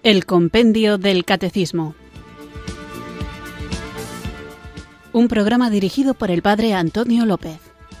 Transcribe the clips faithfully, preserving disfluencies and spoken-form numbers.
El Compendio del Catecismo. Un programa dirigido por el Padre Antonio López.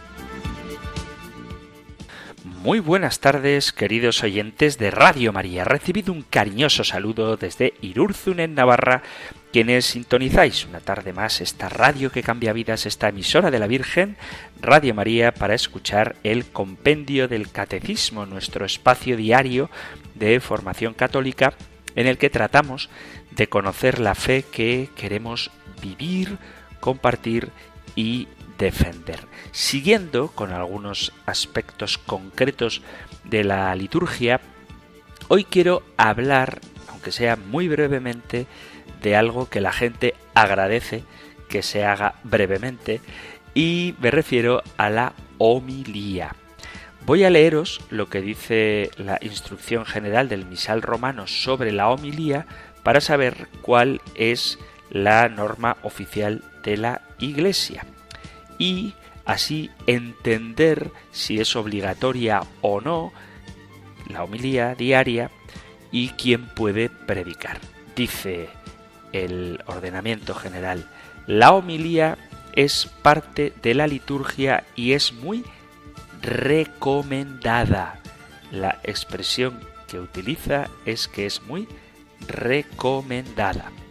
Muy buenas tardes, queridos oyentes de Radio María. Recibido un cariñoso saludo desde Irurzun, en Navarra, quienes sintonizáis una tarde más esta radio que cambia vidas, esta emisora de la Virgen, Radio María, para escuchar el Compendio del Catecismo, nuestro espacio diario de formación católica, en el que tratamos de conocer la fe que queremos vivir, compartir y defender, siguiendo con algunos aspectos concretos de la liturgia. Hoy quiero hablar, aunque sea muy brevemente, de algo que la gente agradece que se haga brevemente, y me refiero a la homilía. Voy a leeros lo que dice la instrucción general del misal romano sobre la homilía para saber cuál es la norma oficial de la Iglesia y así entender si es obligatoria o no la homilía diaria y quién puede predicar. Dice el ordenamiento general: la homilía es parte de la liturgia y es muy recomendada. La expresión que utiliza es que es muy recomendada,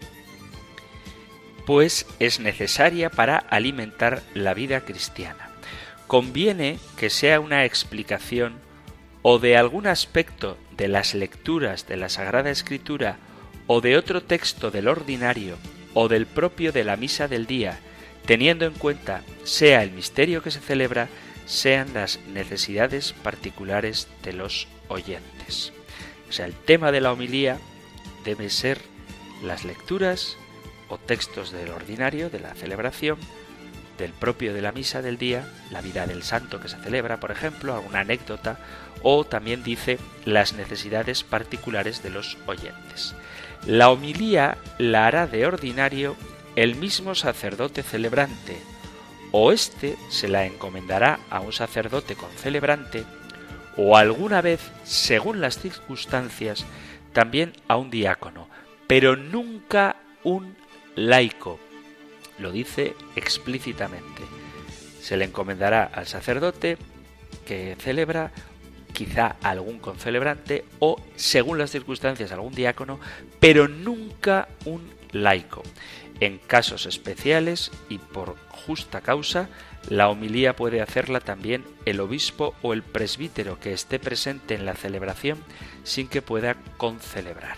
pues es necesaria para alimentar la vida cristiana. Conviene que sea una explicación o de algún aspecto de las lecturas de la Sagrada Escritura o de otro texto del ordinario o del propio de la misa del día, teniendo en cuenta sea el misterio que se celebra, sean las necesidades particulares de los oyentes. O sea, el tema de la homilía debe ser las lecturas o textos del ordinario, de la celebración, del propio de la misa del día, la vida del santo que se celebra, por ejemplo, alguna anécdota, o también dice las necesidades particulares de los oyentes. La homilía la hará de ordinario el mismo sacerdote celebrante, o éste se la encomendará a un sacerdote concelebrante, o alguna vez, según las circunstancias, también a un diácono, pero nunca un laico. Lo dice explícitamente. Se le encomendará al sacerdote que celebra, quizá a algún concelebrante o, según las circunstancias, algún diácono, pero nunca un laico. En casos especiales y por justa causa, la homilía puede hacerla también el obispo o el presbítero que esté presente en la celebración sin que pueda concelebrar.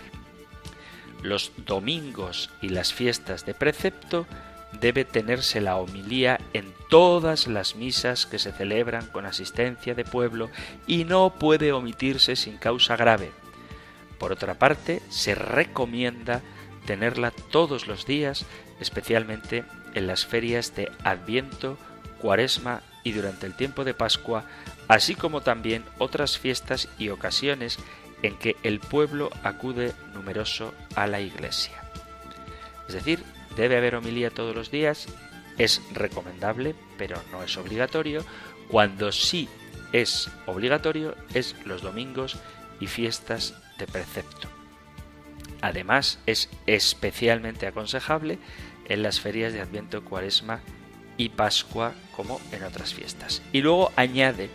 Los domingos y las fiestas de precepto debe tenerse la homilía en todas las misas que se celebran con asistencia de pueblo y no puede omitirse sin causa grave. Por otra parte, se recomienda tenerla todos los días, especialmente en las ferias de Adviento, Cuaresma y durante el tiempo de Pascua, así como también otras fiestas y ocasiones en que el pueblo acude numeroso a la iglesia. Es decir, debe haber homilía todos los días, es recomendable, pero no es obligatorio. Cuando sí es obligatorio es los domingos y fiestas de precepto. Además, es especialmente aconsejable en las ferias de Adviento, Cuaresma y Pascua, como en otras fiestas. Y luego añade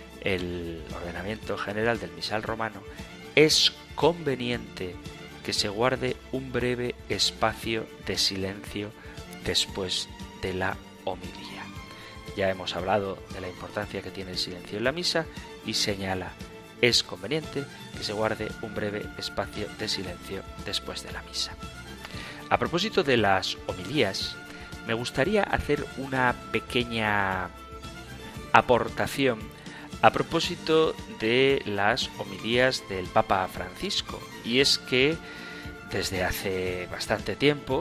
el ordenamiento general del misal romano: es conveniente que se guarde un breve espacio de silencio después de la homilía. Ya hemos hablado de la importancia que tiene el silencio en la misa y señala: es conveniente que se guarde un breve espacio de silencio después de la misa. A propósito de las homilías, me gustaría hacer una pequeña aportación a propósito de las homilías del Papa Francisco, y es que desde hace bastante tiempo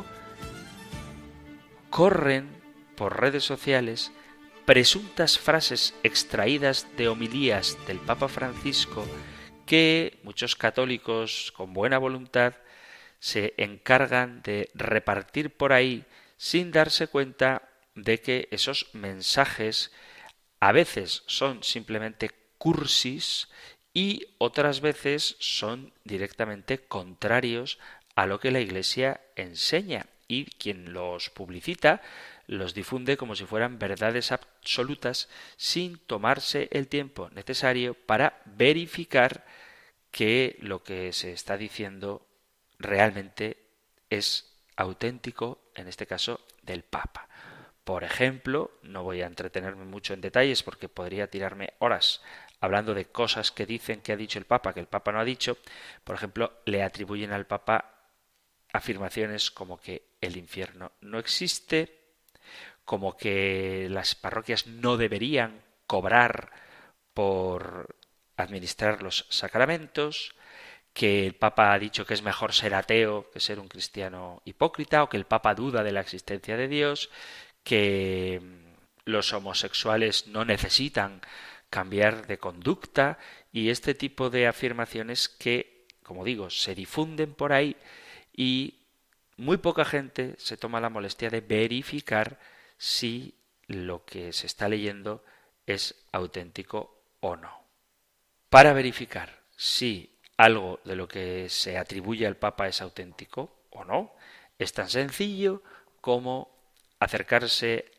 corren por redes sociales presuntas frases extraídas de homilías del Papa Francisco que muchos católicos con buena voluntad se encargan de repartir por ahí sin darse cuenta de que esos mensajes a veces son simplemente cursis y otras veces son directamente contrarios a lo que la Iglesia enseña, y quien los publicita los difunde como si fueran verdades absolutas sin tomarse el tiempo necesario para verificar que lo que se está diciendo realmente es auténtico, en este caso del Papa. Por ejemplo, no voy a entretenerme mucho en detalles porque podría tirarme horas hablando de cosas que dicen que ha dicho el Papa, que el Papa no ha dicho. Por ejemplo, le atribuyen al Papa afirmaciones como que el infierno no existe, como que las parroquias no deberían cobrar por administrar los sacramentos, que el Papa ha dicho que es mejor ser ateo que ser un cristiano hipócrita, o que el Papa duda de la existencia de Dios, que los homosexuales no necesitan cambiar de conducta, y este tipo de afirmaciones que, como digo, se difunden por ahí y muy poca gente se toma la molestia de verificar si lo que se está leyendo es auténtico o no. Para verificar si algo de lo que se atribuye al Papa es auténtico o no, es tan sencillo como acercarse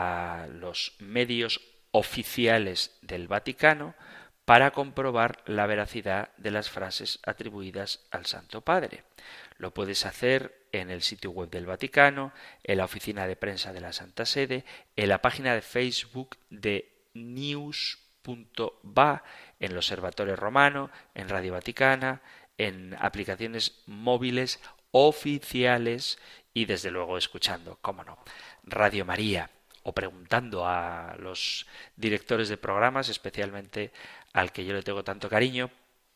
a los medios oficiales del Vaticano para comprobar la veracidad de las frases atribuidas al Santo Padre. Lo puedes hacer en el sitio web del Vaticano, en la oficina de prensa de la Santa Sede, en la página de Facebook de news punto va, en el Observatorio Romano, en Radio Vaticana, en aplicaciones móviles oficiales y desde luego escuchando, cómo no, Radio María, o preguntando a los directores de programas, especialmente al que yo le tengo tanto cariño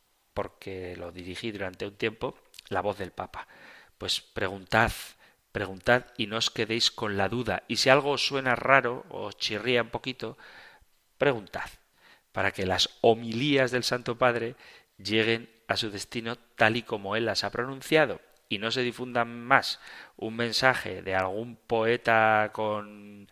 porque lo dirigí durante un tiempo, La Voz del Papa. Pues preguntad, preguntad y no os quedéis con la duda. Y si algo os suena raro o os chirría un poquito, preguntad, para que las homilías del Santo Padre lleguen a su destino tal y como él las ha pronunciado y no se difunda más un mensaje de algún poeta con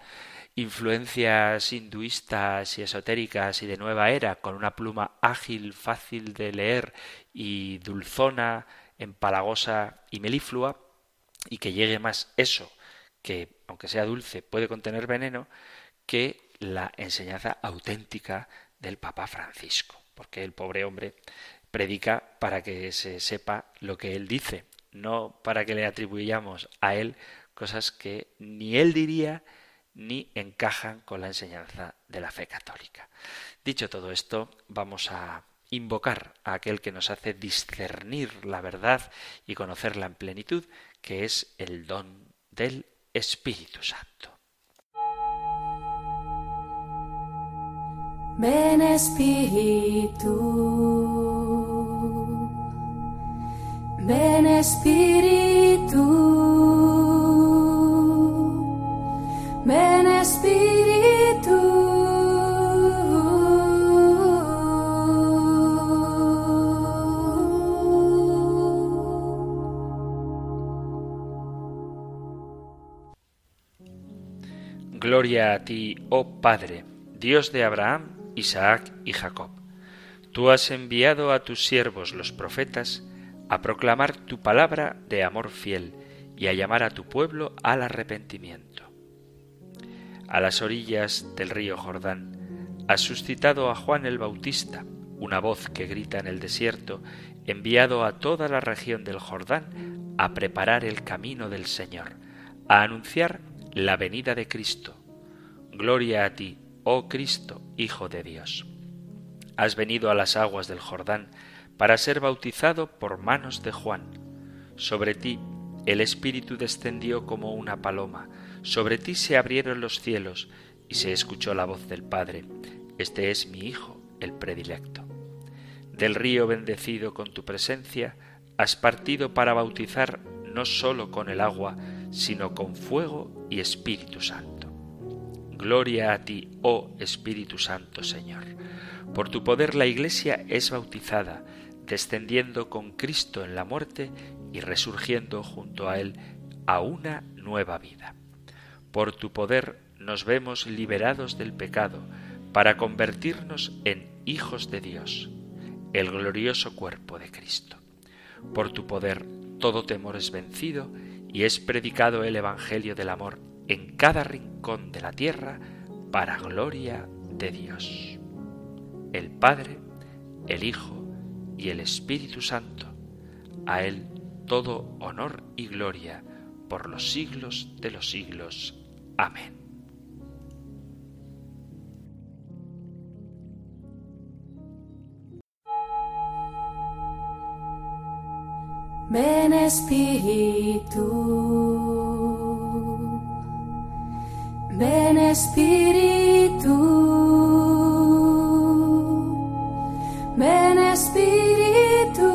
influencias hinduistas y esotéricas y de nueva era, con una pluma ágil, fácil de leer y dulzona, empalagosa y meliflua, y que llegue más eso, que aunque sea dulce puede contener veneno, que la enseñanza auténtica del Papa Francisco, porque el pobre hombre predica para que se sepa lo que él dice, no para que le atribuyamos a él cosas que ni él diría ni encajan con la enseñanza de la fe católica. Dicho todo esto, vamos a invocar a aquel que nos hace discernir la verdad y conocerla en plenitud, que es el don del Espíritu Santo. Ven Espíritu, ven Espíritu, ven Espíritu. Gloria a ti, oh Padre, Dios de Abraham, Isaac y Jacob. Tú has enviado a tus siervos los profetas a proclamar tu palabra de amor fiel y a llamar a tu pueblo al arrepentimiento. A las orillas del río Jordán has suscitado a Juan el Bautista, una voz que grita en el desierto, enviado a toda la región del Jordán a preparar el camino del Señor, a anunciar la venida de Cristo. Gloria a ti, oh Cristo, Hijo de Dios. Has venido a las aguas del Jordán para ser bautizado por manos de Juan. Sobre ti el Espíritu descendió como una paloma, sobre ti se abrieron los cielos y se escuchó la voz del Padre. Este es mi Hijo, el predilecto. Del río bendecido con tu presencia, has partido para bautizar no sólo con el agua, sino con fuego y Espíritu Santo. Gloria a ti, oh Espíritu Santo, Señor. Por tu poder la Iglesia es bautizada, descendiendo con Cristo en la muerte y resurgiendo junto a Él a una nueva vida. Por tu poder nos vemos liberados del pecado para convertirnos en hijos de Dios. el glorioso cuerpo de Cristo. Por tu poder todo temor es vencido y es predicado el Evangelio del amor en cada rincón de la tierra para gloria de Dios, el Padre, el Hijo y el Espíritu Santo. A Él todo honor y gloria por los siglos de los siglos. Amén. Ven Espíritu, ven Espíritu, ven Espíritu.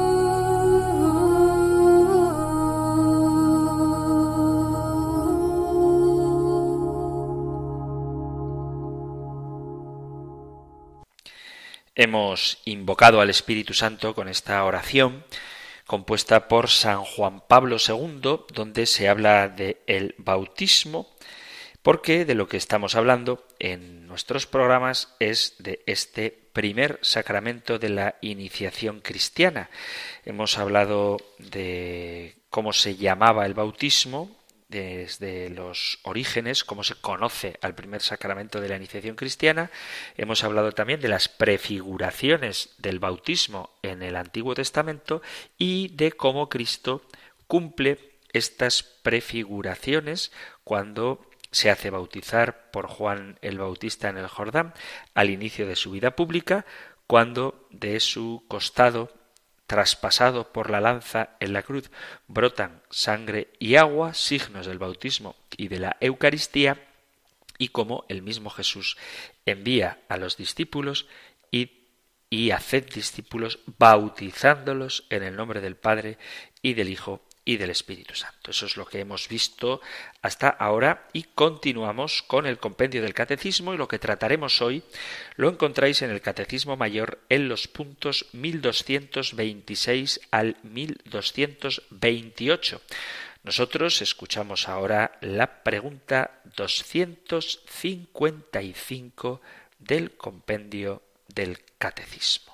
Hemos invocado al Espíritu Santo con esta oración compuesta por San Juan Pablo segundo, donde se habla de el bautismo, porque de lo que estamos hablando en nuestros programas es de este primer sacramento de la iniciación cristiana. Hemos hablado de cómo se llamaba el bautismo desde los orígenes, cómo se conoce al primer sacramento de la iniciación cristiana. Hemos hablado también de las prefiguraciones del bautismo en el Antiguo Testamento y de cómo Cristo cumple estas prefiguraciones cuando se hace bautizar por Juan el Bautista en el Jordán al inicio de su vida pública, cuando de su costado traspasado por la lanza en la cruz brotan sangre y agua, signos del bautismo y de la Eucaristía, y como el mismo Jesús envía a los discípulos y, y haced discípulos bautizándolos en el nombre del Padre y del Hijo y del Espíritu Santo. Eso es lo que hemos visto hasta ahora y continuamos con el compendio del Catecismo, y lo que trataremos hoy lo encontráis en el Catecismo Mayor en los puntos mil doscientos veintiséis al mil doscientos veintiocho. Nosotros escuchamos ahora la pregunta doscientos cincuenta y cinco del compendio del Catecismo.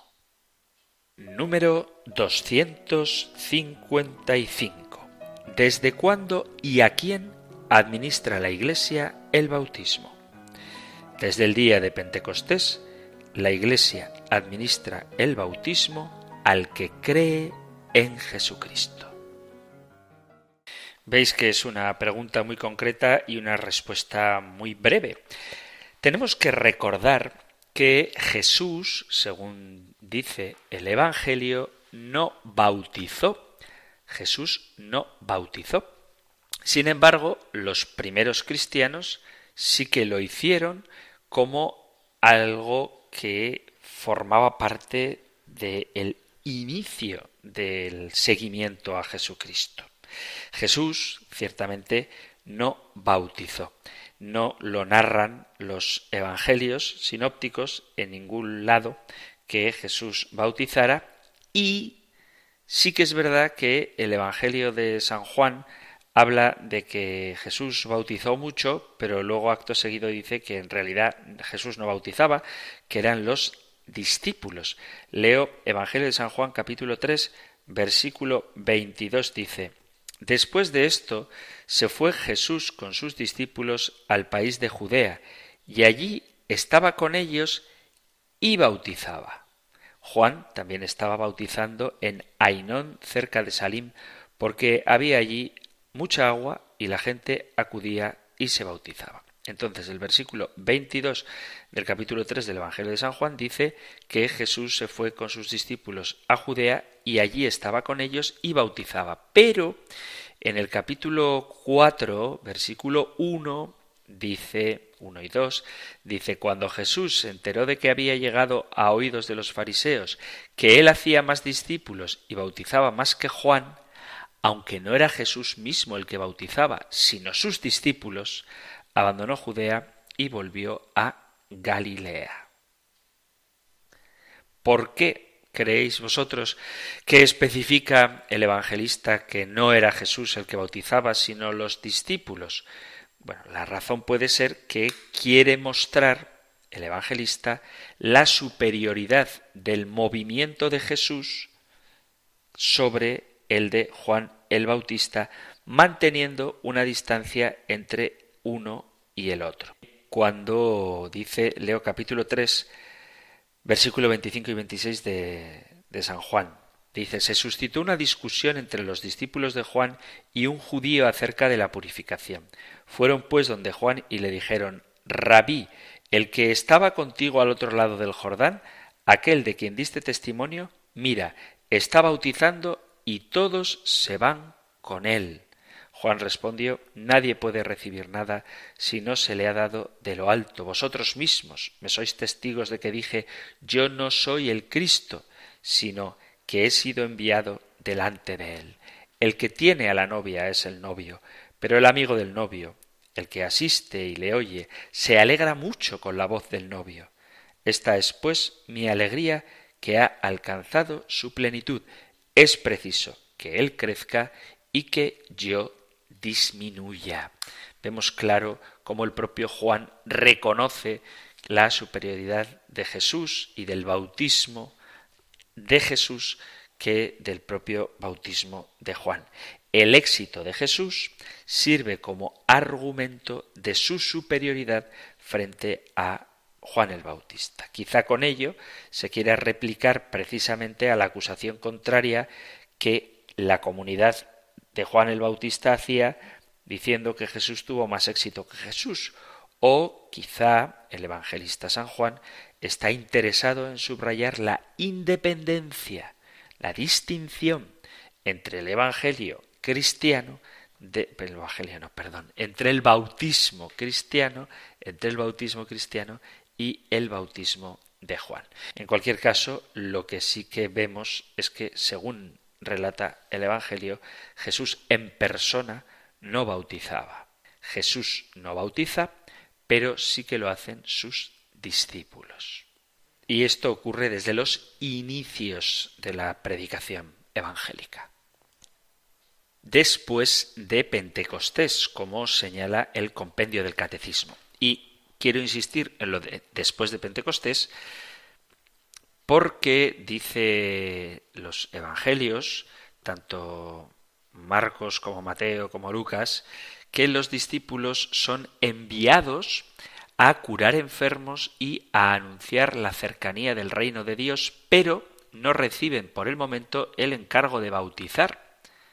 Número doscientos cincuenta y cinco. ¿Desde cuándo y a quién administra la Iglesia el bautismo? Desde el día de Pentecostés, la Iglesia administra el bautismo al que cree en Jesucristo. Veis que es una pregunta muy concreta y una respuesta muy breve. Tenemos que recordar que Jesús, según dice el Evangelio, no bautizó. Jesús no bautizó. Sin embargo, los primeros cristianos sí que lo hicieron como algo que formaba parte del inicio del seguimiento a Jesucristo. Jesús, ciertamente, no bautizó. No lo narran los evangelios sinópticos en ningún lado que Jesús bautizara, y sí que es verdad que el Evangelio de San Juan habla de que Jesús bautizó mucho, pero luego acto seguido dice que en realidad Jesús no bautizaba, que eran los discípulos. Leo Evangelio de San Juan capítulo tres, versículo veintidós, dice: Después de esto se fue Jesús con sus discípulos al país de Judea, y allí estaba con ellos y bautizaba. Juan también estaba bautizando en Ainón, cerca de Salim, porque había allí mucha agua y la gente acudía y se bautizaba. Entonces el versículo veintidós del capítulo tres del Evangelio de San Juan dice que Jesús se fue con sus discípulos a Judea y allí estaba con ellos y bautizaba. Pero en el capítulo cuatro, versículo uno, dice, uno y dos, dice: Cuando Jesús se enteró de que había llegado a oídos de los fariseos que él hacía más discípulos y bautizaba más que Juan, aunque no era Jesús mismo el que bautizaba, sino sus discípulos, abandonó Judea y volvió a Galilea. ¿Por qué creéis vosotros que especifica el evangelista que no era Jesús el que bautizaba, sino los discípulos? Bueno, la razón puede ser que quiere mostrar el evangelista, la superioridad del movimiento de Jesús sobre el de Juan el Bautista, manteniendo una distancia entre uno y el otro. Cuando dice, leo capítulo tres, versículo veinticinco y veintiséis de, de San Juan, dice, se suscitó una discusión entre los discípulos de Juan y un judío acerca de la purificación. Fueron pues donde Juan y le dijeron, Rabí, el que estaba contigo al otro lado del Jordán, aquel de quien diste testimonio, mira, está bautizando y todos se van con él. Juan respondió, nadie puede recibir nada si no se le ha dado de lo alto. Vosotros mismos me sois testigos de que dije, yo no soy el Cristo, sino que he sido enviado delante de él. El que tiene a la novia es el novio, pero el amigo del novio, el que asiste y le oye, se alegra mucho con la voz del novio. Esta es, pues, mi alegría que ha alcanzado su plenitud. Es preciso que él crezca y que yo disminuya. Vemos claro cómo el propio Juan reconoce la superioridad de Jesús y del bautismo de Jesús que del propio bautismo de Juan. El éxito de Jesús sirve como argumento de su superioridad frente a Juan el Bautista. Quizá con ello se quiera replicar precisamente a la acusación contraria que la comunidad de Juan el Bautista hacía diciendo que Jesús tuvo más éxito que Jesús. O quizá el evangelista San Juan está interesado en subrayar la independencia, la distinción entre el evangelio cristiano, de, el evangelio no, perdón, entre el bautismo cristiano, entre el bautismo cristiano y el bautismo de Juan. En cualquier caso, lo que sí que vemos es que, según relata el evangelio, Jesús en persona no bautizaba. Jesús no bautiza, pero sí que lo hacen sus discípulos. Y esto ocurre desde los inicios de la predicación evangélica. Después de Pentecostés, como señala el compendio del Catecismo. Y quiero insistir en lo de después de Pentecostés porque dice los evangelios, tanto Marcos como Mateo como Lucas, que los discípulos son enviados a curar enfermos y a anunciar la cercanía del reino de Dios, pero no reciben por el momento el encargo de bautizar.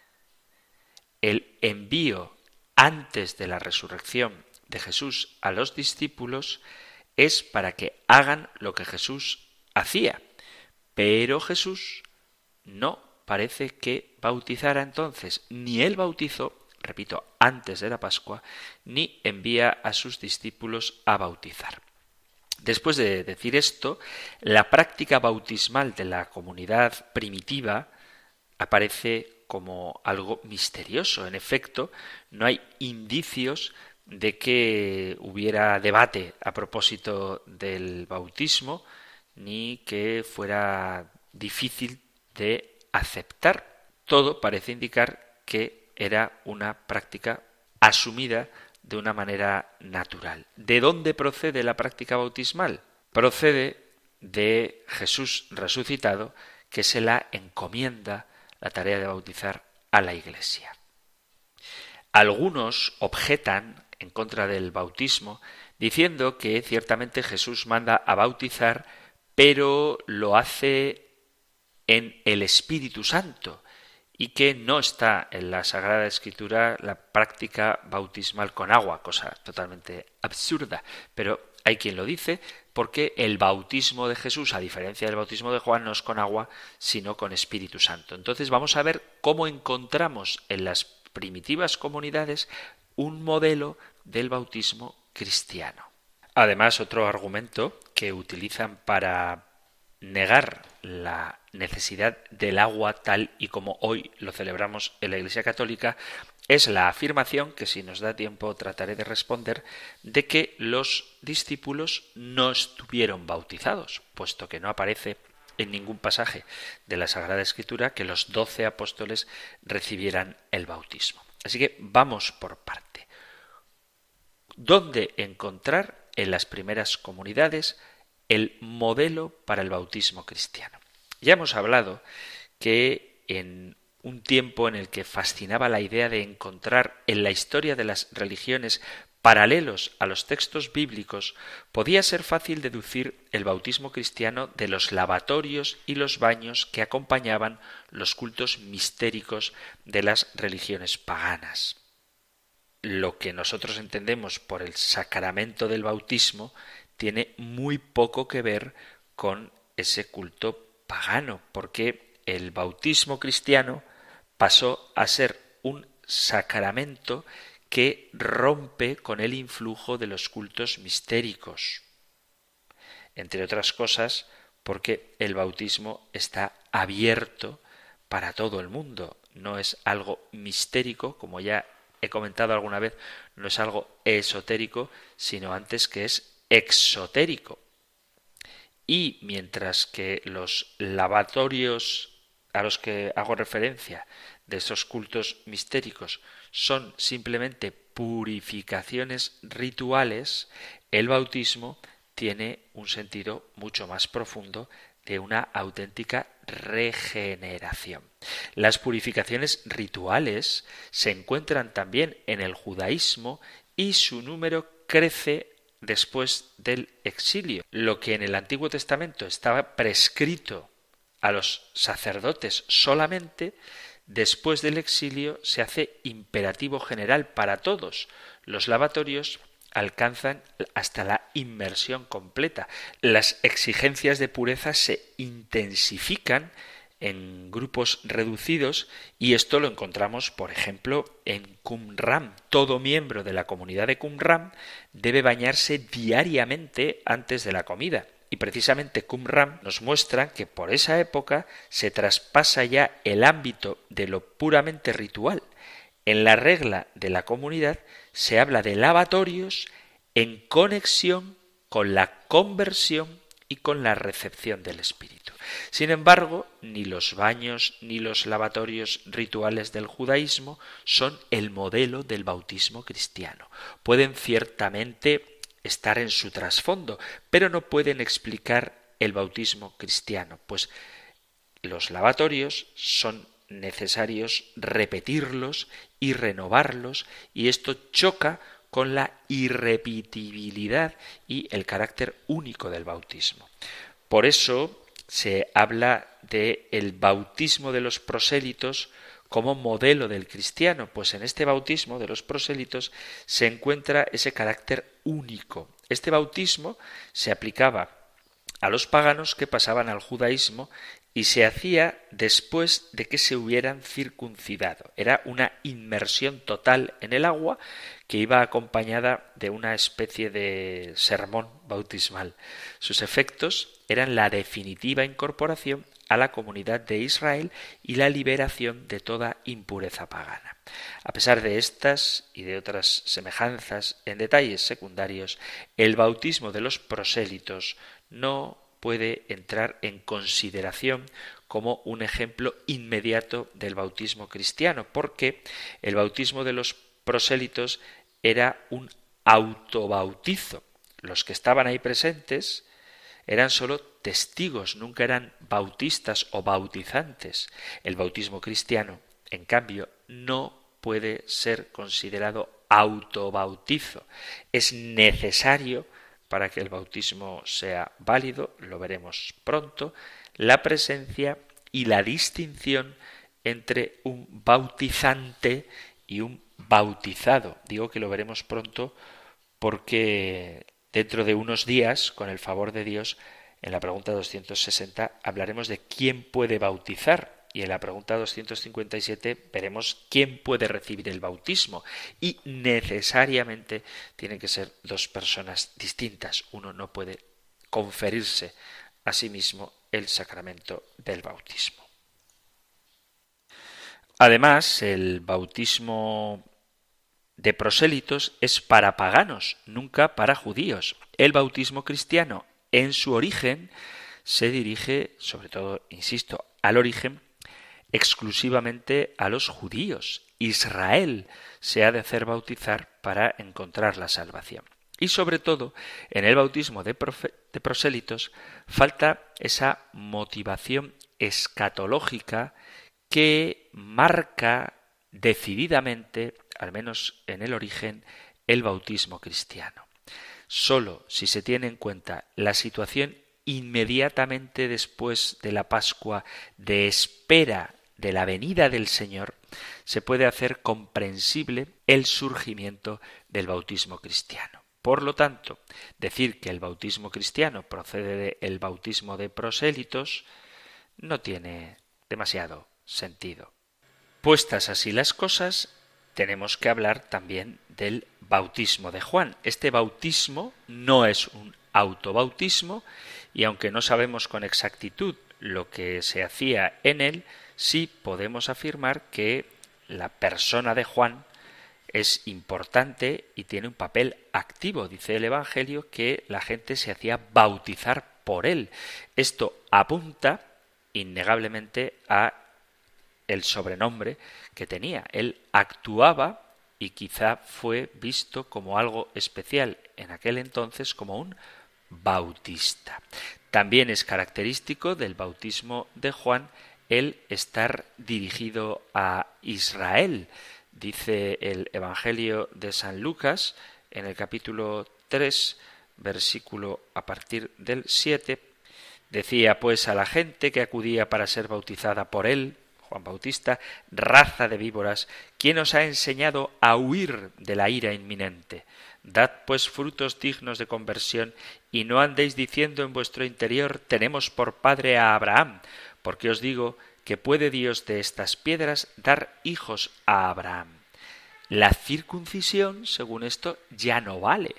El envío antes de la resurrección de Jesús a los discípulos es para que hagan lo que Jesús hacía, pero Jesús no parece que bautizara entonces, ni él bautizó, repito, antes de la Pascua, ni envía a sus discípulos a bautizar. Después de decir esto, la práctica bautismal de la comunidad primitiva aparece como algo misterioso. En efecto, no hay indicios de que hubiera debate a propósito del bautismo, ni que fuera difícil de aceptar. Todo parece indicar que era una práctica asumida de una manera natural. ¿De dónde procede la práctica bautismal? Procede de Jesús resucitado, que se la encomienda la tarea de bautizar a la Iglesia. Algunos objetan en contra del bautismo diciendo que ciertamente Jesús manda a bautizar, pero lo hace en el Espíritu Santo y que no está en la Sagrada Escritura la práctica bautismal con agua, cosa totalmente absurda, pero hay quien lo dice porque el bautismo de Jesús, a diferencia del bautismo de Juan, no es con agua, sino con Espíritu Santo. Entonces vamos a ver cómo encontramos en las primitivas comunidades un modelo del bautismo cristiano. Además, otro argumento que utilizan para negar la necesidad del agua tal y como hoy lo celebramos en la Iglesia Católica es la afirmación, que si nos da tiempo trataré de responder, de que los discípulos no estuvieron bautizados, puesto que no aparece en ningún pasaje de la Sagrada Escritura que los doce apóstoles recibieran el bautismo. Así que vamos por parte. ¿Dónde encontrar en las primeras comunidades el modelo para el bautismo cristiano. Ya hemos hablado que en un tiempo en el que fascinaba la idea de encontrar en la historia de las religiones paralelos a los textos bíblicos, podía ser fácil deducir el bautismo cristiano de los lavatorios y los baños que acompañaban los cultos mistéricos de las religiones paganas. Lo que nosotros entendemos por el sacramento del bautismo tiene muy poco que ver con ese culto pagano, porque el bautismo cristiano pasó a ser un sacramento que rompe con el influjo de los cultos mistéricos. Entre otras cosas, porque el bautismo está abierto para todo el mundo. No es algo mistérico, como ya he comentado alguna vez, no es algo esotérico, sino antes que es exotérico. Y mientras que los lavatorios a los que hago referencia de esos cultos mistéricos son simplemente purificaciones rituales, el bautismo tiene un sentido mucho más profundo de una auténtica regeneración. Las purificaciones rituales se encuentran también en el judaísmo y su número crece después del exilio. Lo que en el Antiguo Testamento estaba prescrito a los sacerdotes solamente, después del exilio se hace imperativo general para todos. Los lavatorios alcanzan hasta la inmersión completa. Las exigencias de pureza se intensifican en grupos reducidos y esto lo encontramos, por ejemplo, en Qumran. Todo miembro de la comunidad de Qumran debe bañarse diariamente antes de la comida. Y precisamente Qumran nos muestra que por esa época se traspasa ya el ámbito de lo puramente ritual. En la regla de la comunidad se habla de lavatorios en conexión con la conversión y con la recepción del Espíritu. Sin embargo, ni los baños ni los lavatorios rituales del judaísmo son el modelo del bautismo cristiano. Pueden ciertamente estar en su trasfondo, pero no pueden explicar el bautismo cristiano, pues los lavatorios son necesarios repetirlos y renovarlos, y esto choca con la irrepetibilidad y el carácter único del bautismo. Por eso se habla de el bautismo de los prosélitos como modelo del cristiano, pues en este bautismo de los prosélitos se encuentra ese carácter único. Este bautismo se aplicaba a los paganos que pasaban al judaísmo y se hacía después de que se hubieran circuncidado. Era una inmersión total en el agua que iba acompañada de una especie de sermón bautismal. Sus efectos eran la definitiva incorporación a la comunidad de Israel y la liberación de toda impureza pagana. A pesar de estas y de otras semejanzas en detalles secundarios, el bautismo de los prosélitos no puede entrar en consideración como un ejemplo inmediato del bautismo cristiano, porque el bautismo de los prosélitos era un autobautizo. Los que estaban ahí presentes eran solo testigos, nunca eran bautistas o bautizantes. El bautismo cristiano, en cambio, no puede ser considerado autobautizo. Es necesario, para que el bautismo sea válido, lo veremos pronto, la presencia y la distinción entre un bautizante y un bautizado. Digo que lo veremos pronto porque dentro de unos días, con el favor de Dios, en la pregunta doscientos sesenta hablaremos de quién puede bautizar. Y en la pregunta doscientos cincuenta y siete veremos quién puede recibir el bautismo. Y necesariamente tienen que ser dos personas distintas. Uno no puede conferirse a sí mismo el sacramento del bautismo. Además, el bautismo de prosélitos es para paganos, nunca para judíos. El bautismo cristiano, en su origen, se dirige, sobre todo, insisto, al origen, exclusivamente a los judíos. Israel se ha de hacer bautizar para encontrar la salvación. Y sobre todo, en el bautismo de, profe- de prosélitos falta esa motivación escatológica que marca decididamente, al menos en el origen, el bautismo cristiano. Solo si se tiene en cuenta la situación inmediatamente después de la Pascua de espera de la venida del Señor, se puede hacer comprensible el surgimiento del bautismo cristiano. Por lo tanto, decir que el bautismo cristiano procede del bautismo de prosélitos no tiene demasiado sentido. Puestas así las cosas, tenemos que hablar también del bautismo de Juan. Este bautismo no es un autobautismo y aunque no sabemos con exactitud lo que se hacía en él, sí podemos afirmar que la persona de Juan es importante y tiene un papel activo. Dice el Evangelio que la gente se hacía bautizar por él. Esto apunta innegablemente a el sobrenombre que tenía. Él actuaba y quizá fue visto como algo especial en aquel entonces como un bautista. También es característico del bautismo de Juan el estar dirigido a Israel. Dice el Evangelio de San Lucas en el capítulo tres, versículo a partir del siete, decía pues a la gente que acudía para ser bautizada por él, Juan Bautista, raza de víboras, ¿quién os ha enseñado a huir de la ira inminente? Dad pues frutos dignos de conversión y no andéis diciendo en vuestro interior, tenemos por padre a Abraham, porque os digo que puede Dios de estas piedras dar hijos a Abraham. La circuncisión, según esto, ya no vale.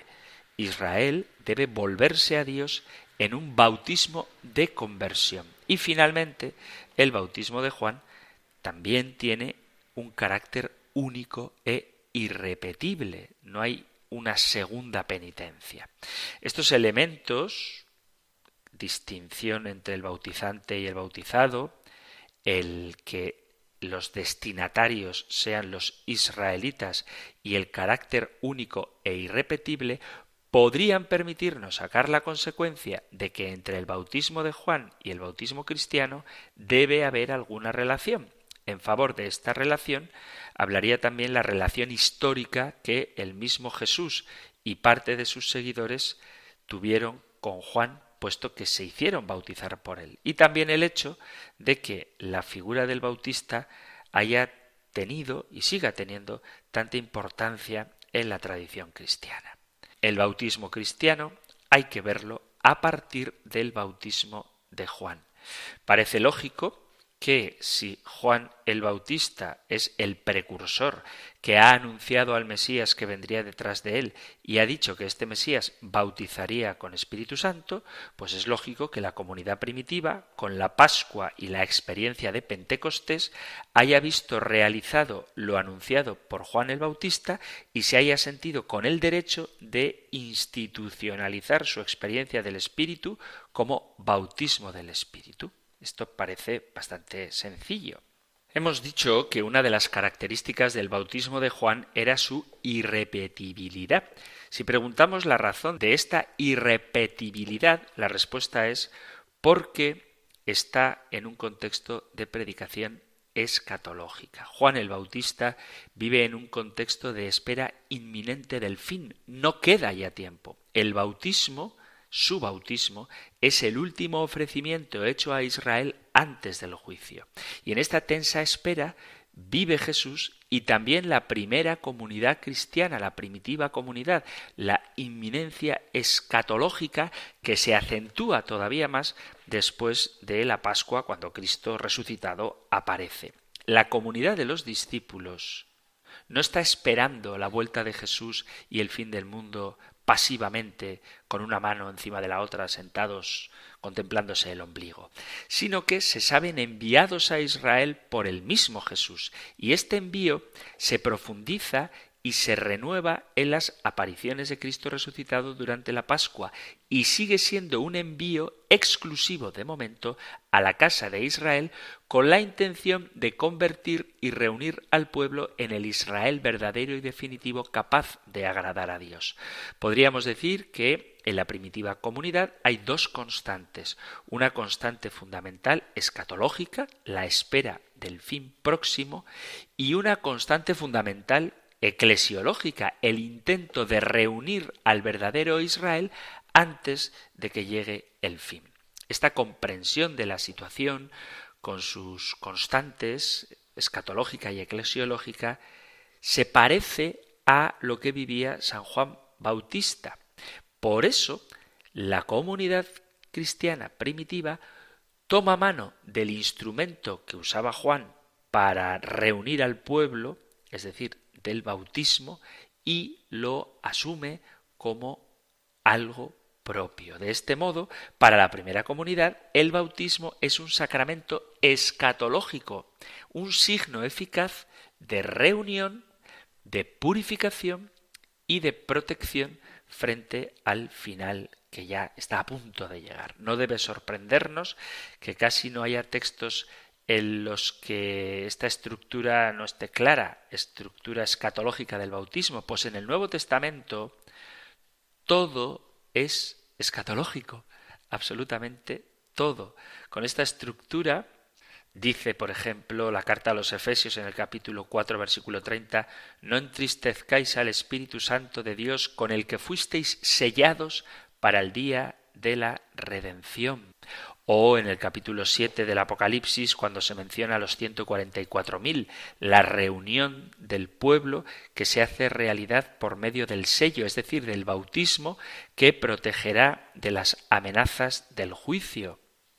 Israel debe volverse a Dios en un bautismo de conversión. Y finalmente, el bautismo de Juan también tiene un carácter único e irrepetible. No hay una segunda penitencia. Estos elementos, distinción entre el bautizante y el bautizado, el que los destinatarios sean los israelitas y el carácter único e irrepetible, podrían permitirnos sacar la consecuencia de que entre el bautismo de Juan y el bautismo cristiano debe haber alguna relación. En favor de esta relación hablaría también la relación histórica que el mismo Jesús y parte de sus seguidores tuvieron con Juan, puesto que se hicieron bautizar por él. Y también el hecho de que la figura del bautista haya tenido y siga teniendo tanta importancia en la tradición cristiana. El bautismo cristiano hay que verlo a partir del bautismo de Juan. Parece lógico que si Juan el Bautista es el precursor que ha anunciado al Mesías que vendría detrás de él y ha dicho que este Mesías bautizaría con Espíritu Santo, pues es lógico que la comunidad primitiva, con la Pascua y la experiencia de Pentecostés, haya visto realizado lo anunciado por Juan el Bautista y se haya sentido con el derecho de institucionalizar su experiencia del Espíritu como bautismo del Espíritu. Esto parece bastante sencillo. Hemos dicho que una de las características del bautismo de Juan era su irrepetibilidad. Si preguntamos la razón de esta irrepetibilidad, la respuesta es porque está en un contexto de predicación escatológica. Juan el Bautista vive en un contexto de espera inminente del fin. No queda ya tiempo. El bautismo, su bautismo, es el último ofrecimiento hecho a Israel antes del juicio. Y en esta tensa espera vive Jesús y también la primera comunidad cristiana, la primitiva comunidad, la inminencia escatológica que se acentúa todavía más después de la Pascua, cuando Cristo resucitado aparece. La comunidad de los discípulos no está esperando la vuelta de Jesús y el fin del mundo pasivamente, con una mano encima de la otra, sentados contemplándose el ombligo, sino que se saben enviados a Israel por el mismo Jesús, y este envío se profundiza y se renueva en las apariciones de Cristo resucitado durante la Pascua y sigue siendo un envío exclusivo de momento a la casa de Israel con la intención de convertir y reunir al pueblo en el Israel verdadero y definitivo capaz de agradar a Dios. Podríamos decir que en la primitiva comunidad hay dos constantes, una constante fundamental escatológica, la espera del fin próximo, y una constante fundamental eclesiológica, el intento de reunir al verdadero Israel antes de que llegue el fin. Esta comprensión de la situación, con sus constantes escatológica y eclesiológica, se parece a lo que vivía San Juan Bautista. Por eso, la comunidad cristiana primitiva toma mano del instrumento que usaba Juan para reunir al pueblo, es decir, del bautismo, y lo asume como algo propio. De este modo, para la primera comunidad, el bautismo es un sacramento escatológico, un signo eficaz de reunión, de purificación y de protección frente al final que ya está a punto de llegar. No debe sorprendernos que casi no haya textos en los que esta estructura no esté clara, estructura escatológica del bautismo, pues en el Nuevo Testamento todo es escatológico, absolutamente todo. Con esta estructura dice, por ejemplo, la carta a los Efesios en el capítulo cuatro, versículo treinta, no entristezcáis al Espíritu Santo de Dios con el que fuisteis sellados para el día de la redención. O en el capítulo siete del Apocalipsis, cuando se menciona a los ciento cuarenta y cuatro mil, la reunión del pueblo que se hace realidad por medio del sello, es decir, del bautismo, que protegerá de las amenazas del juicio.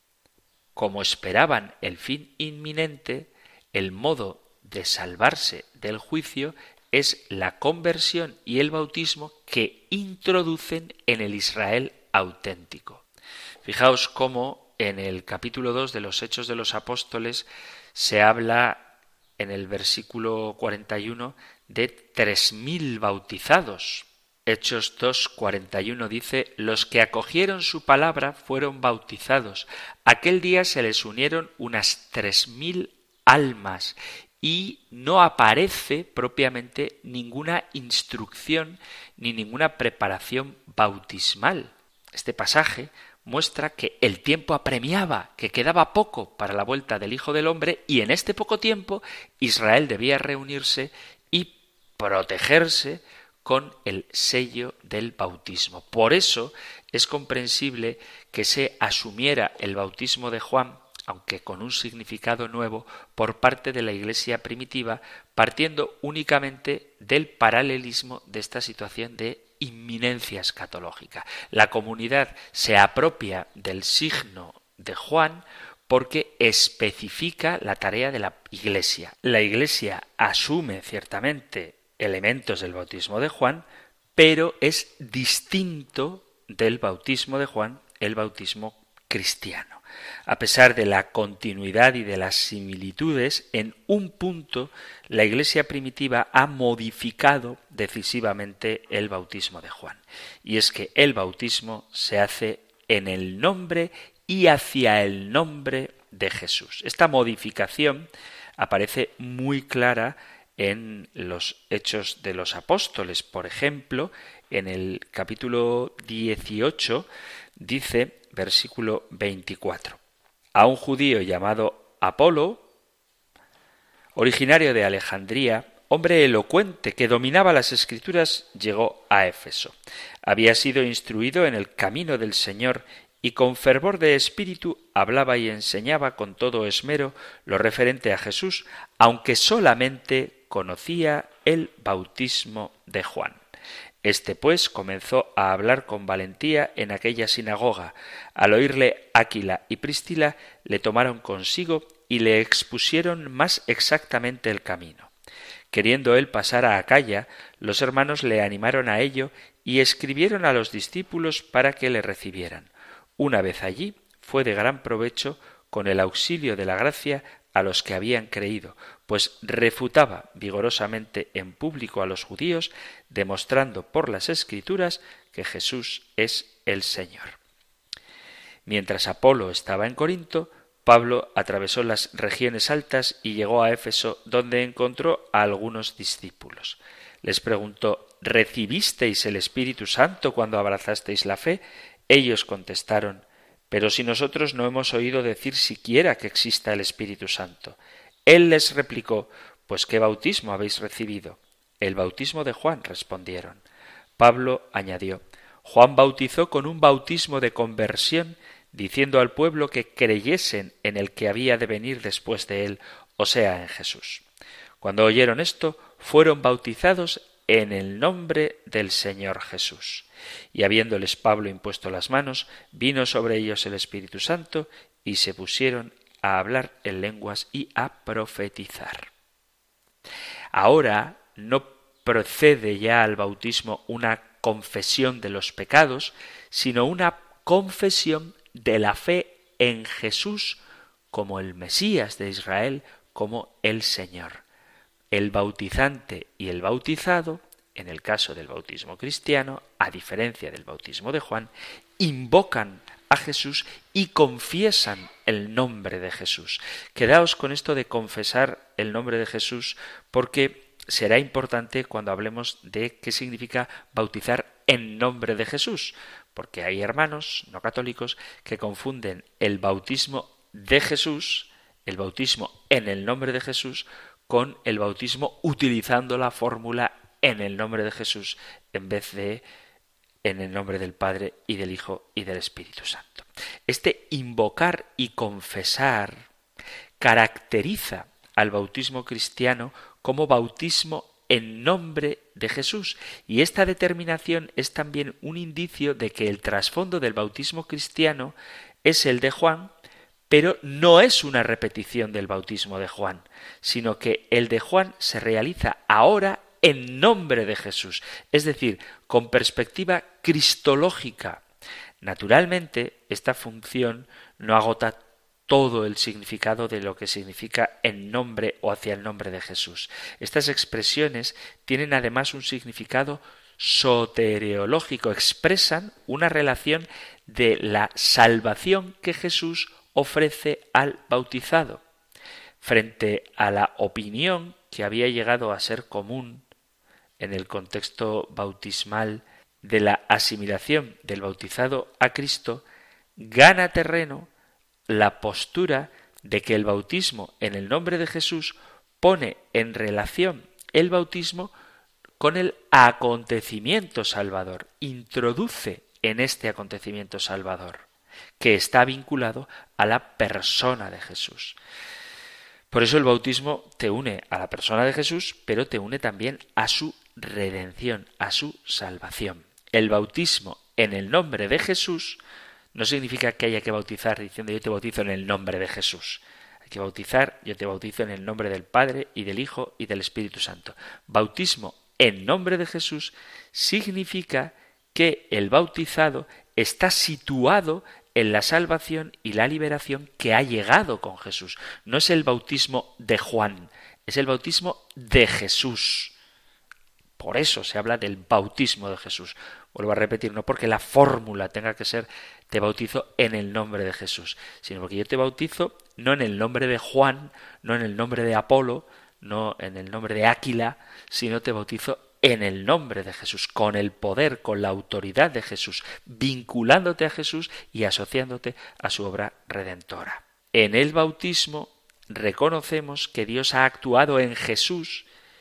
Como esperaban el fin inminente, el modo de salvarse del juicio es la conversión y el bautismo que introducen en el Israel auténtico. Fijaos cómo en el capítulo dos de los Hechos de los Apóstoles se habla en el versículo cuarenta y uno de tres mil bautizados. Hechos dos, cuarenta y uno dice, los que acogieron su palabra fueron bautizados. Aquel día se les unieron unas tres mil almas y no aparece propiamente ninguna instrucción ni ninguna preparación bautismal. Este pasaje muestra que el tiempo apremiaba, que quedaba poco para la vuelta del Hijo del Hombre y en este poco tiempo Israel debía reunirse y protegerse con el sello del bautismo. Por eso es comprensible que se asumiera el bautismo de Juan, aunque con un significado nuevo, por parte de la Iglesia primitiva, partiendo únicamente del paralelismo de esta situación de inminencia escatológica. La comunidad se apropia del signo de Juan porque especifica la tarea de la Iglesia. La Iglesia asume ciertamente elementos del bautismo de Juan, pero es distinto del bautismo de Juan, el bautismo cristiano. A pesar de la continuidad y de las similitudes, en un punto la Iglesia primitiva ha modificado decisivamente el bautismo de Juan. Y es que el bautismo se hace en el nombre y hacia el nombre de Jesús. Esta modificación aparece muy clara en los Hechos de los Apóstoles. Por ejemplo, en el capítulo dieciocho dice, versículo veinticuatro, a un judío llamado Apolo, originario de Alejandría, hombre elocuente que dominaba las Escrituras, llegó a Éfeso. Había sido instruido en el camino del Señor y con fervor de espíritu hablaba y enseñaba con todo esmero lo referente a Jesús, aunque solamente conocía el bautismo de Juan. Este, pues, comenzó a hablar con valentía en aquella sinagoga. Al oírle Áquila y Priscila, le tomaron consigo y le expusieron más exactamente el camino. Queriendo él pasar a Acaya, los hermanos le animaron a ello y escribieron a los discípulos para que le recibieran. Una vez allí, fue de gran provecho, con el auxilio de la gracia, a los que habían creído, pues refutaba vigorosamente en público a los judíos, demostrando por las Escrituras que Jesús es el Señor. Mientras Apolo estaba en Corinto, Pablo atravesó las regiones altas y llegó a Éfeso, donde encontró a algunos discípulos. Les preguntó: ¿recibisteis el Espíritu Santo cuando abrazasteis la fe? Ellos contestaron: pero si nosotros no hemos oído decir siquiera que exista el Espíritu Santo. Él les replicó: pues ¿qué bautismo habéis recibido? El bautismo de Juan, respondieron. Pablo añadió: Juan bautizó con un bautismo de conversión, diciendo al pueblo que creyesen en el que había de venir después de él, o sea, en Jesús. Cuando oyeron esto, fueron bautizados en el nombre del Señor Jesús. Y habiéndoles Pablo impuesto las manos, vino sobre ellos el Espíritu Santo, y se pusieron a hablar en lenguas y a profetizar. Ahora no procede ya al bautismo una confesión de los pecados, sino una confesión de la fe en Jesús como el Mesías de Israel, como el Señor. El bautizante y el bautizado, en el caso del bautismo cristiano, a diferencia del bautismo de Juan, invocan a Jesús y confiesan el nombre de Jesús. Quedaos con esto de confesar el nombre de Jesús, porque será importante cuando hablemos de qué significa bautizar en nombre de Jesús, porque hay hermanos no católicos que confunden el bautismo de Jesús, el bautismo en el nombre de Jesús, con el bautismo utilizando la fórmula en el nombre de Jesús en vez de en el nombre del Padre y del Hijo y del Espíritu Santo. Este invocar y confesar caracteriza al bautismo cristiano como bautismo en nombre de Jesús, y esta determinación es también un indicio de que el trasfondo del bautismo cristiano es el de Juan, pero no es una repetición del bautismo de Juan, sino que el de Juan se realiza ahora en nombre de Jesús, es decir, con perspectiva cristológica. Naturalmente, esta función no agota todo el significado de lo que significa en nombre o hacia el nombre de Jesús. Estas expresiones tienen además un significado soteriológico, expresan una relación de la salvación que Jesús ofrece al bautizado. Frente a la opinión que había llegado a ser común en el contexto bautismal de la asimilación del bautizado a Cristo, gana terreno la postura de que el bautismo en el nombre de Jesús pone en relación el bautismo con el acontecimiento salvador, introduce en este acontecimiento salvador, que está vinculado a la persona de Jesús. Por eso el bautismo te une a la persona de Jesús, pero te une también a su redención, a su salvación. El bautismo en el nombre de Jesús no significa que haya que bautizar diciendo yo te bautizo en el nombre de Jesús. Hay que bautizar, yo te bautizo en el nombre del Padre y del Hijo y del Espíritu Santo. Bautismo en nombre de Jesús significa que el bautizado está situado en la salvación y la liberación que ha llegado con Jesús. No es el bautismo de Juan, es el bautismo de Jesús. Por eso se habla del bautismo de Jesús. Vuelvo a repetir, no porque la fórmula tenga que ser te bautizo en el nombre de Jesús, sino porque yo te bautizo no en el nombre de Juan, no en el nombre de Apolo, no en el nombre de Áquila, sino te bautizo en el nombre de Jesús, con el poder, con la autoridad de Jesús, vinculándote a Jesús y asociándote a su obra redentora. En el bautismo reconocemos que Dios ha actuado en Jesús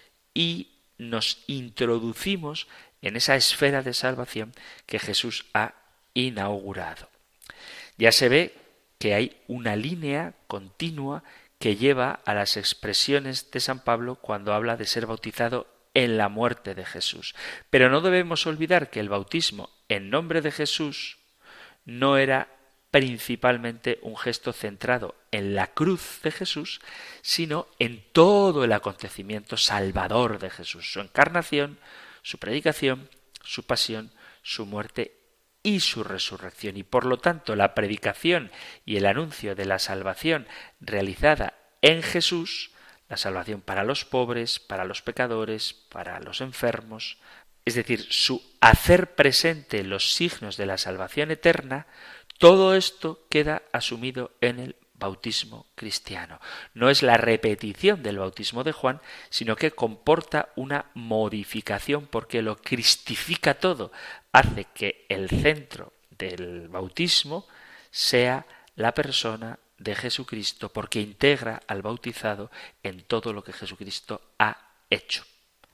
y nos introducimos en esa esfera de salvación que Jesús ha inaugurado. Ya se ve que hay una línea continua que lleva a las expresiones de San Pablo cuando habla de ser bautizado en la muerte de Jesús. Pero no debemos olvidar que el bautismo en nombre de Jesús no era principalmente un gesto centrado en la cruz de Jesús, sino en todo el acontecimiento salvador de Jesús, su encarnación, su predicación, su pasión, su muerte y su resurrección. Y por lo tanto la predicación y el anuncio de la salvación realizada en Jesús, la salvación para los pobres, para los pecadores, para los enfermos, es decir, su hacer presente los signos de la salvación eterna, todo esto queda asumido en el bautismo cristiano. No es la repetición del bautismo de Juan, sino que comporta una modificación porque lo cristifica todo, hace que el centro del bautismo sea la persona de Jesucristo, porque integra al bautizado en todo lo que Jesucristo ha hecho.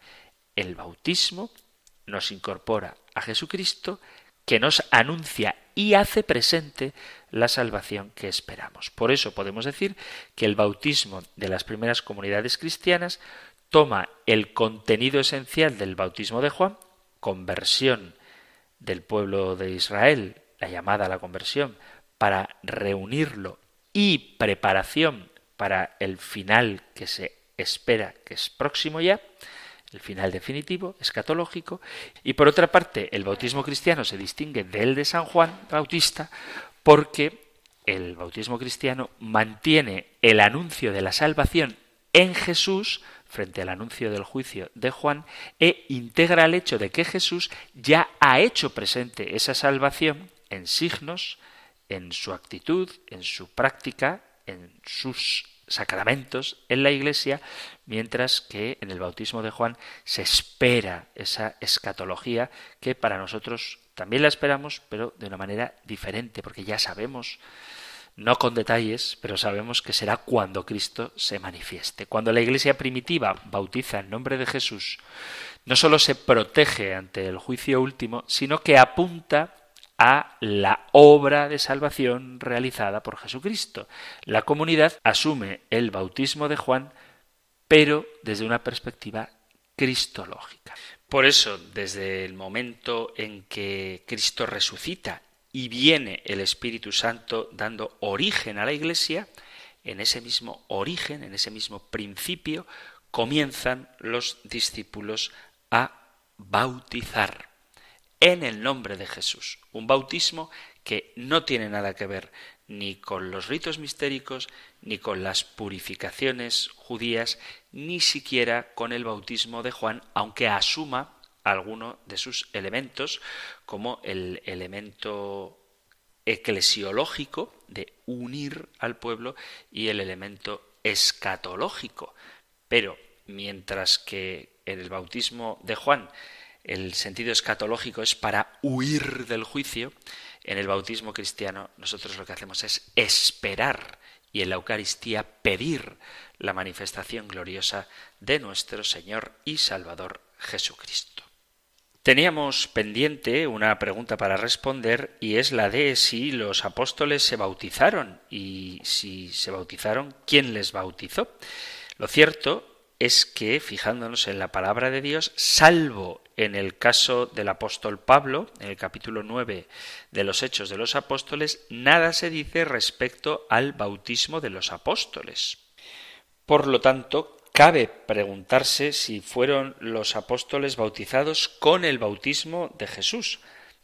El bautismo nos incorpora a Jesucristo, que nos anuncia y hace presente la salvación que esperamos. Por eso podemos decir que el bautismo de las primeras comunidades cristianas toma el contenido esencial del bautismo de Juan, conversión del pueblo de Israel, la llamada a la conversión, para reunirlo y preparación para el final que se espera, que es próximo ya, el final definitivo, escatológico, y por otra parte el bautismo cristiano se distingue del de San Juan Bautista porque el bautismo cristiano mantiene el anuncio de la salvación en Jesús frente al anuncio del juicio de Juan e integra el hecho de que Jesús ya ha hecho presente esa salvación en signos, en su actitud, en su práctica, en sus sacramentos en la Iglesia, mientras que en el bautismo de Juan se espera esa escatología que para nosotros también la esperamos, pero de una manera diferente, porque ya sabemos, no con detalles, pero sabemos que será cuando Cristo se manifieste. Cuando la Iglesia primitiva bautiza en nombre de Jesús, no solo se protege ante el juicio último, sino que apunta a la obra de salvación realizada por Jesucristo. La comunidad asume el bautismo de Juan, pero desde una perspectiva cristológica. Por eso, desde el momento en que Cristo resucita y viene el Espíritu Santo dando origen a la Iglesia, en ese mismo origen, en ese mismo principio, comienzan los discípulos a bautizar en el nombre de Jesús. Un bautismo que no tiene nada que ver ni con los ritos mistéricos, ni con las purificaciones judías, ni siquiera con el bautismo de Juan, aunque asuma alguno de sus elementos, como el elemento eclesiológico de unir al pueblo y el elemento escatológico. Pero mientras que en el bautismo de Juan el sentido escatológico es para huir del juicio, en el bautismo cristiano nosotros lo que hacemos es esperar y en la Eucaristía pedir la manifestación gloriosa de nuestro Señor y Salvador Jesucristo. Teníamos pendiente una pregunta para responder y es la de si los apóstoles se bautizaron y si se bautizaron, ¿quién les bautizó? Lo cierto es que, fijándonos en la palabra de Dios, salvo en el caso del apóstol Pablo, en el capítulo nueve de los Hechos de los Apóstoles, nada se dice respecto al bautismo de los apóstoles. Por lo tanto, cabe preguntarse si fueron los apóstoles bautizados con el bautismo de Jesús,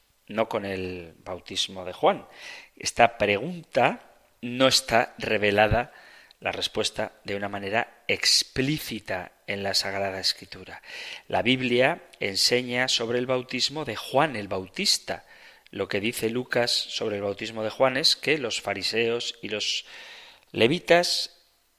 no con el bautismo de Juan. Esta pregunta no está revelada la respuesta de una manera explícita en la Sagrada Escritura. La Biblia enseña sobre el bautismo de Juan el Bautista. Lo que dice Lucas sobre el bautismo de Juan es que los fariseos y los levitas,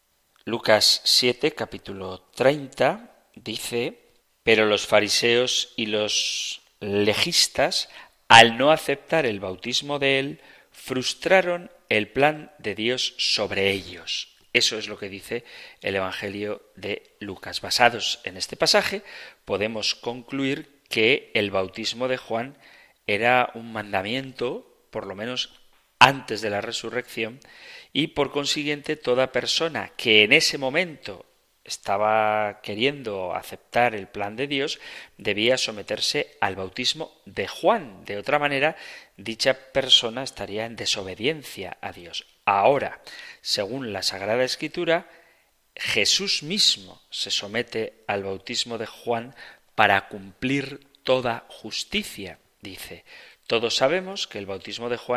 Lucas siete, capítulo treinta, dice: pero los fariseos y los legistas, al no aceptar el bautismo de él, frustraron el plan de Dios sobre ellos. Eso es lo que dice el Evangelio de Lucas. Basados en este pasaje, podemos concluir que el bautismo de Juan era un mandamiento, por lo menos antes de la resurrección, y por consiguiente toda persona que en ese momento estaba queriendo aceptar el plan de Dios debía someterse al bautismo de Juan. De otra manera, dicha persona estaría en desobediencia a Dios. Ahora, según la Sagrada Escritura, Jesús mismo se somete al bautismo de Juan para cumplir toda justicia. Dice: todos sabemos que el bautismo de Juan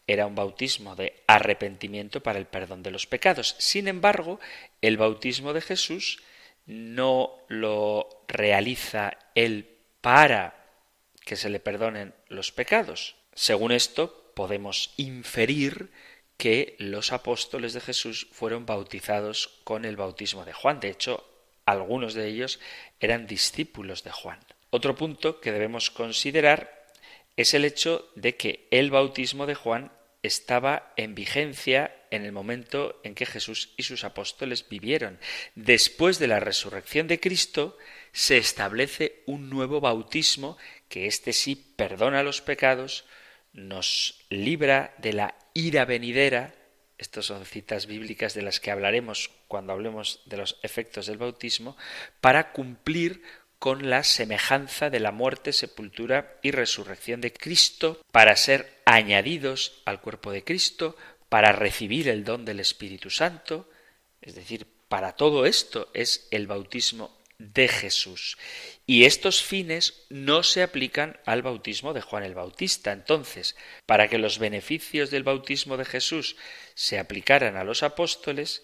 era un bautismo de arrepentimiento para el perdón de los pecados. Sin embargo, el bautismo de Jesús no lo realiza él para que se le perdonen los pecados. Según esto, podemos inferir que los apóstoles de Jesús fueron bautizados con el bautismo de Juan. De hecho, algunos de ellos eran discípulos de Juan. Otro punto que debemos considerar es el hecho de que el bautismo de Juan estaba en vigencia en el momento en que Jesús y sus apóstoles vivieron. Después de la resurrección de Cristo, se establece un nuevo bautismo que éste sí perdona los pecados, nos libra de la ira venidera. Estas son citas bíblicas de las que hablaremos cuando hablemos de los efectos del bautismo, para cumplir con la semejanza de la muerte, sepultura y resurrección de Cristo, para ser añadidos al cuerpo de Cristo, para recibir el don del Espíritu Santo. Es decir, para todo esto es el bautismo de Jesús. Y estos fines no se aplican al bautismo de Juan el Bautista. Entonces, para que los beneficios del bautismo de Jesús se aplicaran a los apóstoles,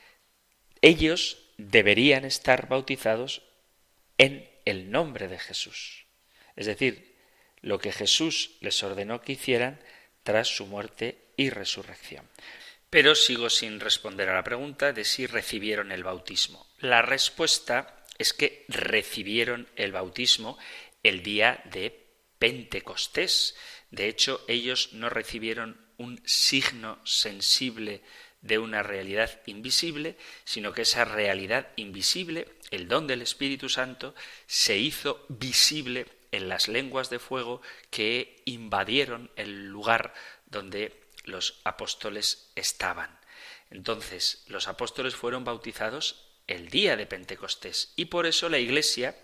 ellos deberían estar bautizados en el nombre de Jesús. Es decir, lo que Jesús les ordenó que hicieran tras su muerte y resurrección. Pero sigo sin responder a la pregunta de si recibieron el bautismo. La respuesta es que recibieron el bautismo el día de Pentecostés. De hecho, ellos no recibieron un signo sensible de una realidad invisible, sino que esa realidad invisible, el don del Espíritu Santo, se hizo visible en las lenguas de fuego que invadieron el lugar donde los apóstoles estaban. Entonces, los apóstoles fueron bautizados el día de Pentecostés, y por eso la Iglesia,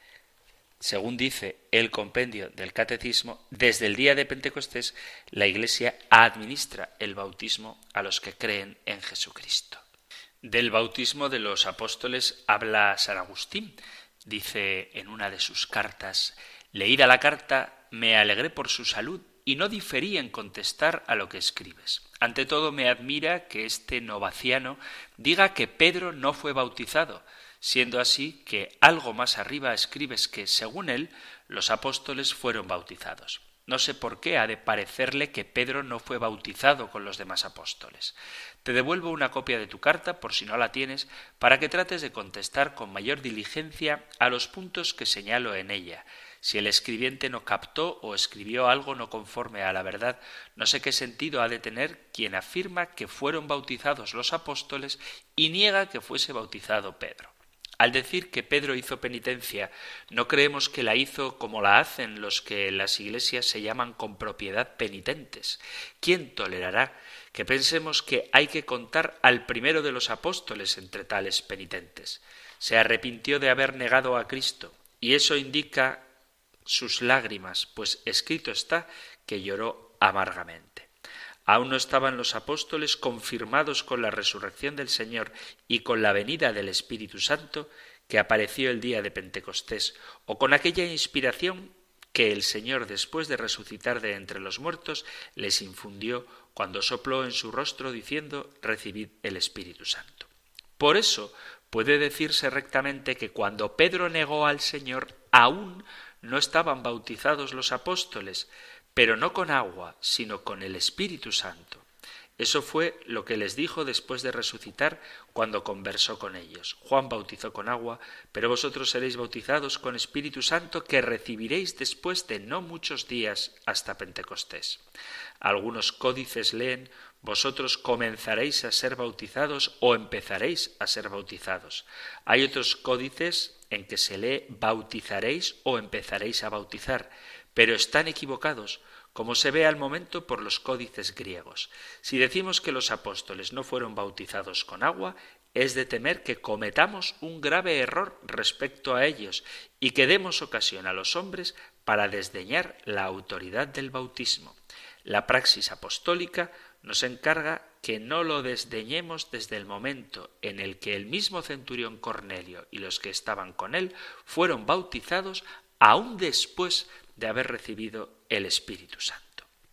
según dice el compendio del Catecismo, desde el día de Pentecostés la Iglesia administra el bautismo a los que creen en Jesucristo. Del bautismo de los apóstoles habla San Agustín. Dice en una de sus cartas: leída la carta, me alegré por su salud y no diferí en contestar a lo que escribes. Ante todo me admira que este novaciano diga que Pedro no fue bautizado, siendo así que algo más arriba escribes que, según él, los apóstoles fueron bautizados. No sé por qué ha de parecerle que Pedro no fue bautizado con los demás apóstoles. Te devuelvo una copia de tu carta, por si no la tienes, para que trates de contestar con mayor diligencia a los puntos que señalo en ella. Si el escribiente no captó o escribió algo no conforme a la verdad, no sé qué sentido ha de tener quien afirma que fueron bautizados los apóstoles y niega que fuese bautizado Pedro. Al decir que Pedro hizo penitencia, no creemos que la hizo como la hacen los que en las iglesias se llaman con propiedad penitentes. ¿Quién tolerará que pensemos que hay que contar al primero de los apóstoles entre tales penitentes? Se arrepintió de haber negado a Cristo, y eso indica sus lágrimas, pues escrito está que lloró amargamente. Aún no estaban los apóstoles confirmados con la resurrección del Señor y con la venida del Espíritu Santo que apareció el día de Pentecostés, o con aquella inspiración que el Señor, después de resucitar de entre los muertos, les infundió cuando sopló en su rostro diciendo: recibid el Espíritu Santo. Por eso puede decirse rectamente que cuando Pedro negó al Señor, aún no estaban bautizados los apóstoles, pero no con agua, sino con el Espíritu Santo. Eso fue lo que les dijo después de resucitar cuando conversó con ellos. Juan bautizó con agua, pero vosotros seréis bautizados con Espíritu Santo, que recibiréis después de no muchos días hasta Pentecostés. Algunos códices leen: vosotros comenzaréis a ser bautizados o empezaréis a ser bautizados. Hay otros códices en que se lee: bautizaréis o empezaréis a bautizar, pero están equivocados, como se ve al momento por los códices griegos. Si decimos que los apóstoles no fueron bautizados con agua, es de temer que cometamos un grave error respecto a ellos y que demos ocasión a los hombres para desdeñar la autoridad del bautismo. La praxis apostólica nos encarga que no lo desdeñemos desde el momento en el que el mismo centurión Cornelio y los que estaban con él fueron bautizados, aún después de haber recibido el Espíritu Santo.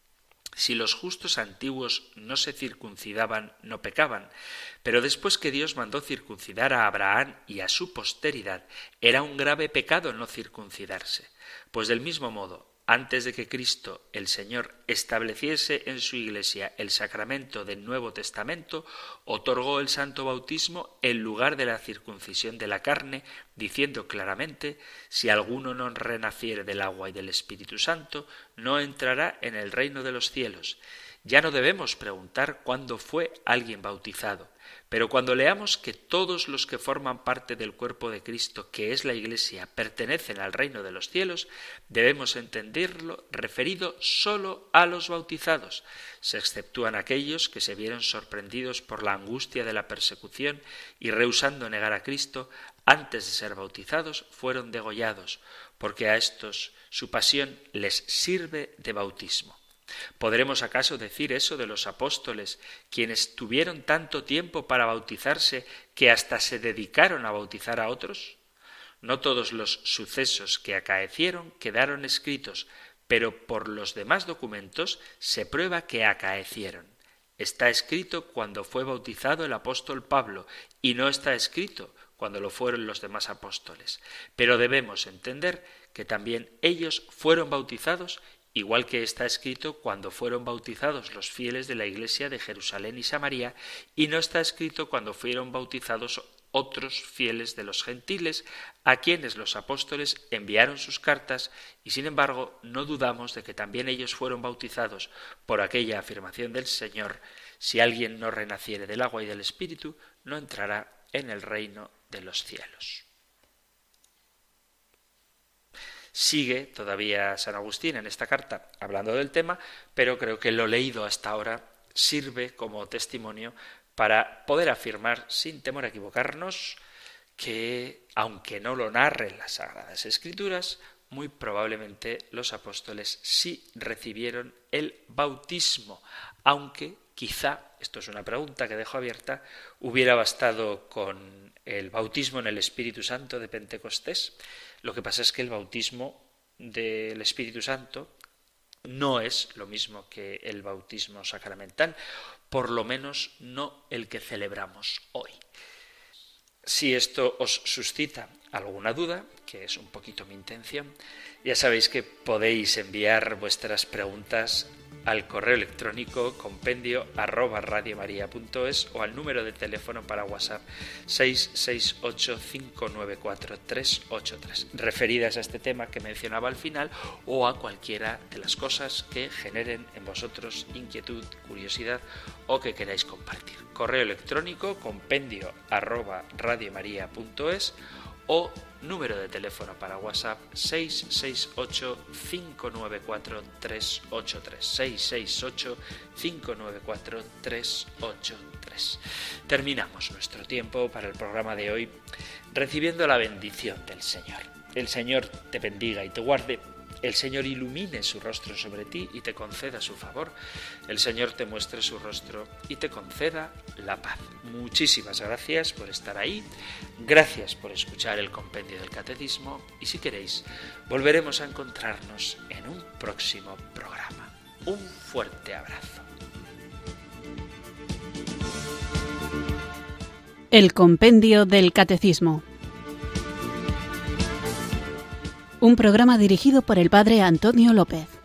Si los justos antiguos no se circuncidaban, no pecaban, pero después que Dios mandó circuncidar a Abraham y a su posteridad, era un grave pecado no circuncidarse. Pues del mismo modo, antes de que Cristo, el Señor, estableciese en su Iglesia el sacramento del Nuevo Testamento, otorgó el santo bautismo en lugar de la circuncisión de la carne, diciendo claramente: si alguno no renaciere del agua y del Espíritu Santo, no entrará en el reino de los cielos. Ya no debemos preguntar cuándo fue alguien bautizado, pero cuando leamos que todos los que forman parte del cuerpo de Cristo, que es la Iglesia, pertenecen al reino de los cielos, debemos entenderlo referido solo a los bautizados. Se exceptúan aquellos que se vieron sorprendidos por la angustia de la persecución y, rehusando negar a Cristo, antes de ser bautizados, fueron degollados, porque a estos su pasión les sirve de bautismo. ¿Podremos acaso decir eso de los apóstoles, quienes tuvieron tanto tiempo para bautizarse que hasta se dedicaron a bautizar a otros? No todos los sucesos que acaecieron quedaron escritos, pero por los demás documentos se prueba que acaecieron. Está escrito cuando fue bautizado el apóstol Pablo, y no está escrito cuando lo fueron los demás apóstoles. Pero debemos entender que también ellos fueron bautizados, igual que está escrito cuando fueron bautizados los fieles de la Iglesia de Jerusalén y Samaria, y no está escrito cuando fueron bautizados otros fieles de los gentiles, a quienes los apóstoles enviaron sus cartas, y sin embargo no dudamos de que también ellos fueron bautizados por aquella afirmación del Señor: si alguien no renaciere del agua y del Espíritu, no entrará en el reino de los cielos. Sigue todavía San Agustín en esta carta hablando del tema, pero creo que lo leído hasta ahora sirve como testimonio para poder afirmar, sin temor a equivocarnos, que, aunque no lo narren las Sagradas Escrituras, muy probablemente los apóstoles sí recibieron el bautismo, aunque quizá, esto es una pregunta que dejo abierta, hubiera bastado con el bautismo en el Espíritu Santo de Pentecostés. Lo que pasa es que el bautismo del Espíritu Santo no es lo mismo que el bautismo sacramental, por lo menos no el que celebramos hoy. Si esto os suscita alguna duda, que es un poquito mi intención, ya sabéis que podéis enviar vuestras preguntas al correo electrónico compendio arroba radiomaria.es o al número de teléfono para WhatsApp seis seis ocho, cinco nueve cuatro, tres ocho tres, referidas a este tema que mencionaba al final o a cualquiera de las cosas que generen en vosotros inquietud, curiosidad o que queráis compartir. Correo electrónico compendio arroba radiomaria.es o número de teléfono para WhatsApp seis seis ocho, cinco nueve cuatro, tres ocho tres, seis seis ocho, cinco nueve cuatro, tres ocho tres. Terminamos nuestro tiempo para el programa de hoy recibiendo la bendición del Señor. El Señor te bendiga y te guarde. El Señor ilumine su rostro sobre ti y te conceda su favor. El Señor te muestre su rostro y te conceda la paz. Muchísimas gracias por estar ahí. Gracias por escuchar el compendio del Catecismo. Y si queréis, volveremos a encontrarnos en un próximo programa. Un fuerte abrazo. El compendio del Catecismo. Un programa dirigido por el Padre Antonio López.